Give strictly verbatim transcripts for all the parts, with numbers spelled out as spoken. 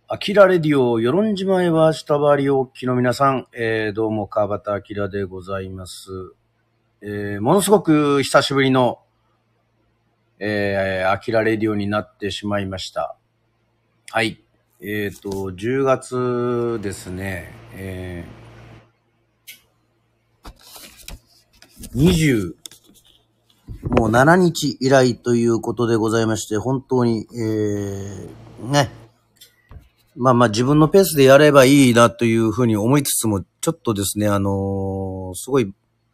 アキラレディオ、与論島へは下回りおっきの皆さん、えー、どうも川端明でございます。えー、ものすごく久しぶりの、えー、アキラレディオになってしまいました。はい。えっと、じゅうがつですね、えー、にじゅう、もうしちにち以来ということでございまして、本当に、えー、ね、まあまあ自分のペースでやればいいなというふうに思いつつも、ちょっとですね、あのー、すごい、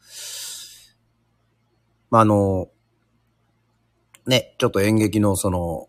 まああのー、ね、ちょっと演劇のその、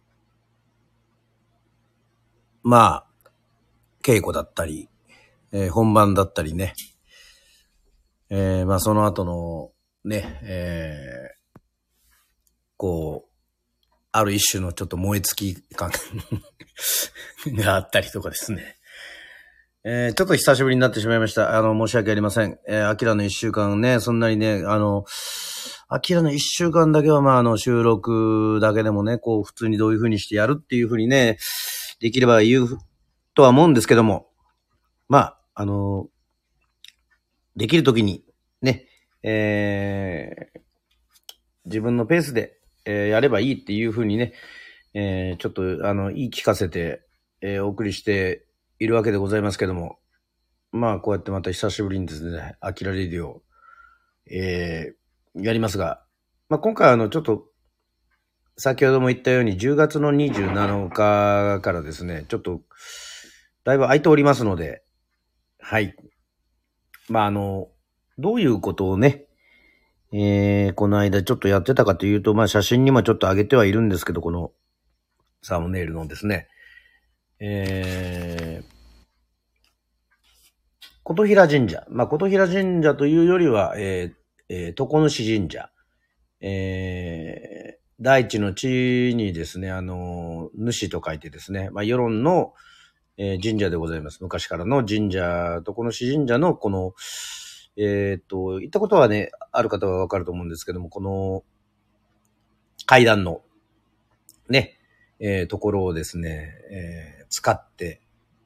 まあ、稽古だったり、えー、本番だったりね、えー、まあその後の、ね、えー、こう、ある一種のちょっと燃え尽き感があったりとかですね。えー、ちょっと久しぶりになってしまいました。あの、申し訳ありません。えー、アキラの一週間ね、そんなにね、あの、アキラの一週間だけは、まあ、あの、収録だけでもね、こう、普通にどういう風にしてやるっていう風にね、できれば言うとは思うんですけども、まあ、あの、できるときに、ね、えー、自分のペースで、えー、やればいいっていう風にね、えー、ちょっと、あの、言い聞かせて、えー、お送りしているわけでございますけども、まあ、こうやってまた久しぶりにですね、アキラレディオ、えー、やりますが、まあ、今回あの、ちょっと、先ほども言ったように、じゅうがつのにじゅうなのかからですね、ちょっと、だいぶ空いておりますので、はい。まあ、あの、どういうことをね、えー、この間ちょっとやってたかというと、まあ、写真にもちょっと上げてはいるんですけど、この、サムネイルのですね、えー、琴平神社。まあ、琴平神社というよりは、えー、えー、床主神社。えー、大地の地にですね、あの、主と書いてですね、まあ、世論の、えー、神社でございます。昔からの神社、床主神社のこの、えっと、行ったことはね、ある方はわかると思うんですけども、この階段のね、えー、ところをですね、えー、使って、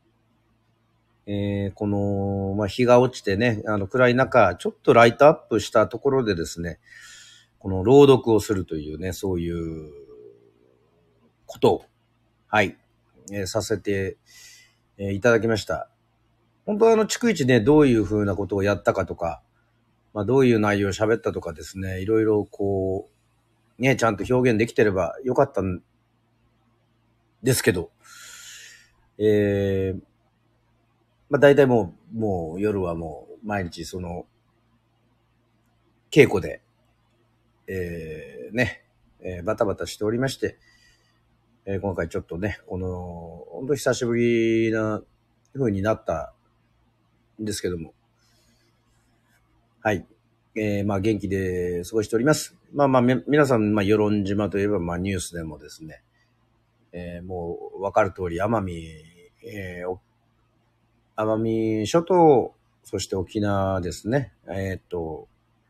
えー、この、まあ、日が落ちてね、あの、暗い中、ちょっとライトアップしたところでですね、この朗読をするというね、そういうことを、はい、えー、させて、えー、いただきました。本当はあの、逐一ね、どういうふうなことをやったかとか、まあ、どういう内容を喋ったとかですね、いろいろこう、ね、ちゃんと表現できてればよかったんですけど、えー、まあ、大体もう、もう夜はもう、毎日その、稽古で、えー、ね、えー、バタバタしておりまして、えー、今回ちょっとね、この、本当久しぶりな風になったんですけども、はい。えー、まあ元気で過ごしております。まあまあ、皆さん、まあ、与論島といえば、まあニュースでもですね、えー、もうわかる通り、奄美、えー、奄美諸島、そして沖縄ですね、えー、っと、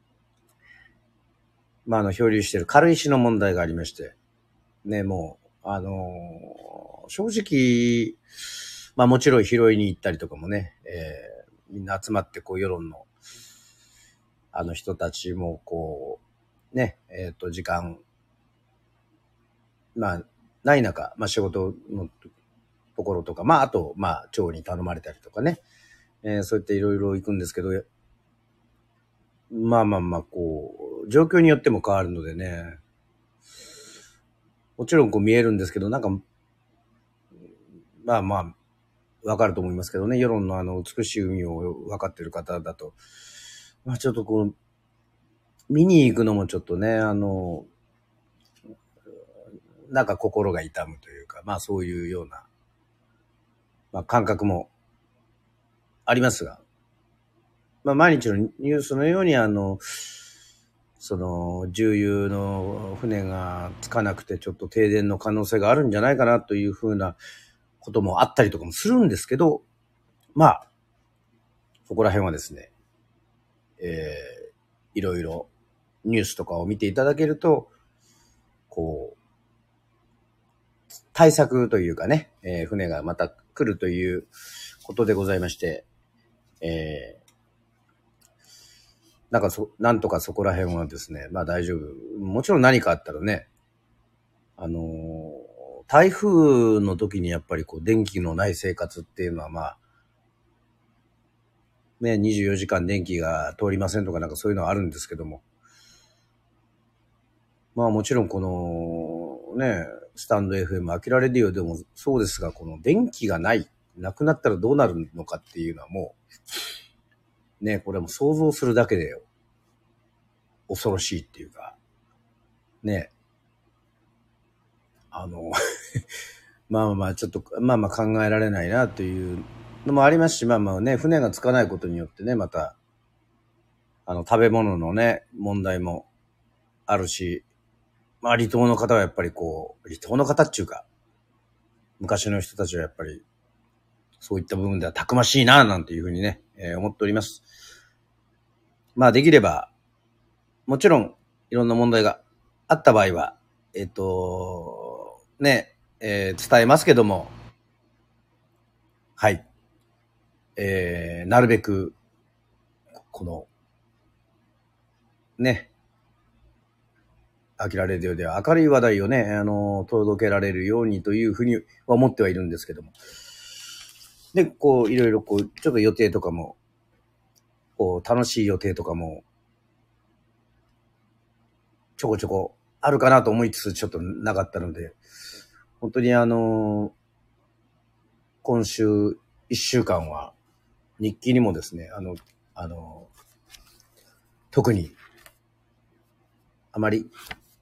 まああの、漂流している軽石の問題がありまして、ね、もう、あのー、正直、まあもちろん拾いに行ったりとかもね、えー、みんな集まってこう世論のあの人たちもこう、ね、えっと、時間、まあ、ない中、まあ仕事のところとか、まああと、まあ町に頼まれたりとかね、えー、そういったいろいろ行くんですけど、まあまあまあ、こう、状況によっても変わるのでね、もちろんこう見えるんですけど、なんか、まあまあ、わかると思いますけどね、世論のあの美しい海を分かっている方だと、まあちょっとこう、見に行くのもちょっとね、あの、なんか心が痛むというか、まあそういうような、まあ感覚もありますが、まあ毎日のニュースのようにあの、その重油の船がつかなくてちょっと停電の可能性があるんじゃないかなというふうなこともあったりとかもするんですけど、まあ、そこら辺はですね、えー、いろいろニュースとかを見ていただけると、こう、 対策というかね、えー、船がまた来るということでございまして、えー、なんかそ、なんとかそこら辺はですね、まあ大丈夫。もちろん何かあったらね、あのー、台風の時にやっぱりこう電気のない生活っていうのはまあ、ね、にじゅうよじかん電気が通りませんとかなんかそういうのはあるんですけども、まあもちろんこのね、スタンド エフエム、アキラレディオでもそうですが、この電気がない、なくなったらどうなるのかっていうのはもう、ね、これも想像するだけで恐ろしいっていうか、ね、あの、まあまあまあちょっと、まあまあ考えられないなというのもありますし、まあまあね、船がつかないことによってね、また、あの、食べ物のね、問題もあるし、まあ離島の方はやっぱりこう、離島の方っていうか、昔の人たちはやっぱり、そういった部分ではたくましいな、なんていうふうにね、えー、思っております。まあできれば、もちろん、いろんな問題があった場合は、えっと、ね、えー、伝えますけども、はい。えー、なるべく、この、ね、アキラレディオでは明るい話題をね、あの、届けられるようにというふうには思ってはいるんですけども。で、こう、いろいろこう、ちょっと予定とかも、こう、楽しい予定とかも、ちょこちょこあるかなと思いつつ、ちょっとなかったので、本当にあの、今週一週間は、日記にもですね、あの、あの、特に、あまり、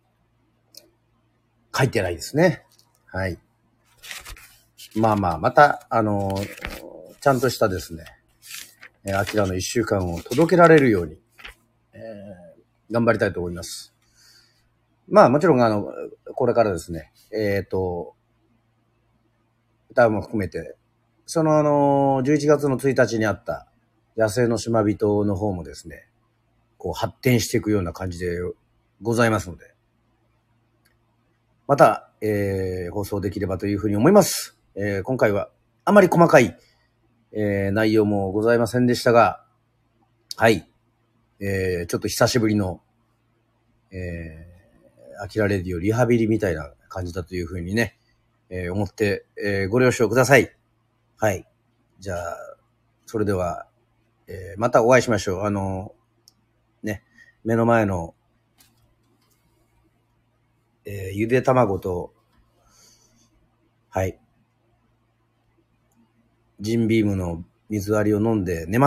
書いてないですね。はい。まあまあ、また、あの、ちゃんとしたですね、アキラの一週間を届けられるように、えー、頑張りたいと思います。まあもちろん、あの、これからですね、えっと、歌も含めて、そのあの、じゅういちがつのついたちにあった野生の島人の方もですね、こう発展していくような感じでございますので、また、えー、放送できればというふうに思います。えー、今回はあまり細かい、えー、内容もございませんでしたが、はい、えー、ちょっと久しぶりの、えー、アキラレディオリハビリみたいな感じだというふうにね、えー、思って、えー、ご了承ください。はい。じゃあ、それでは、えー、またお会いしましょう。あの、ね、目の前の、えー、ゆで卵と、はい、ジンビームの水割りを飲んで寝ます。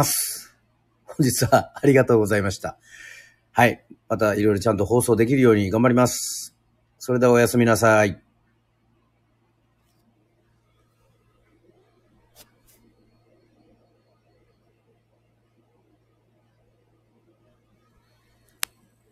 本日はありがとうございました。はい。またいろいろちゃんと放送できるように頑張ります。それではおやすみなさい。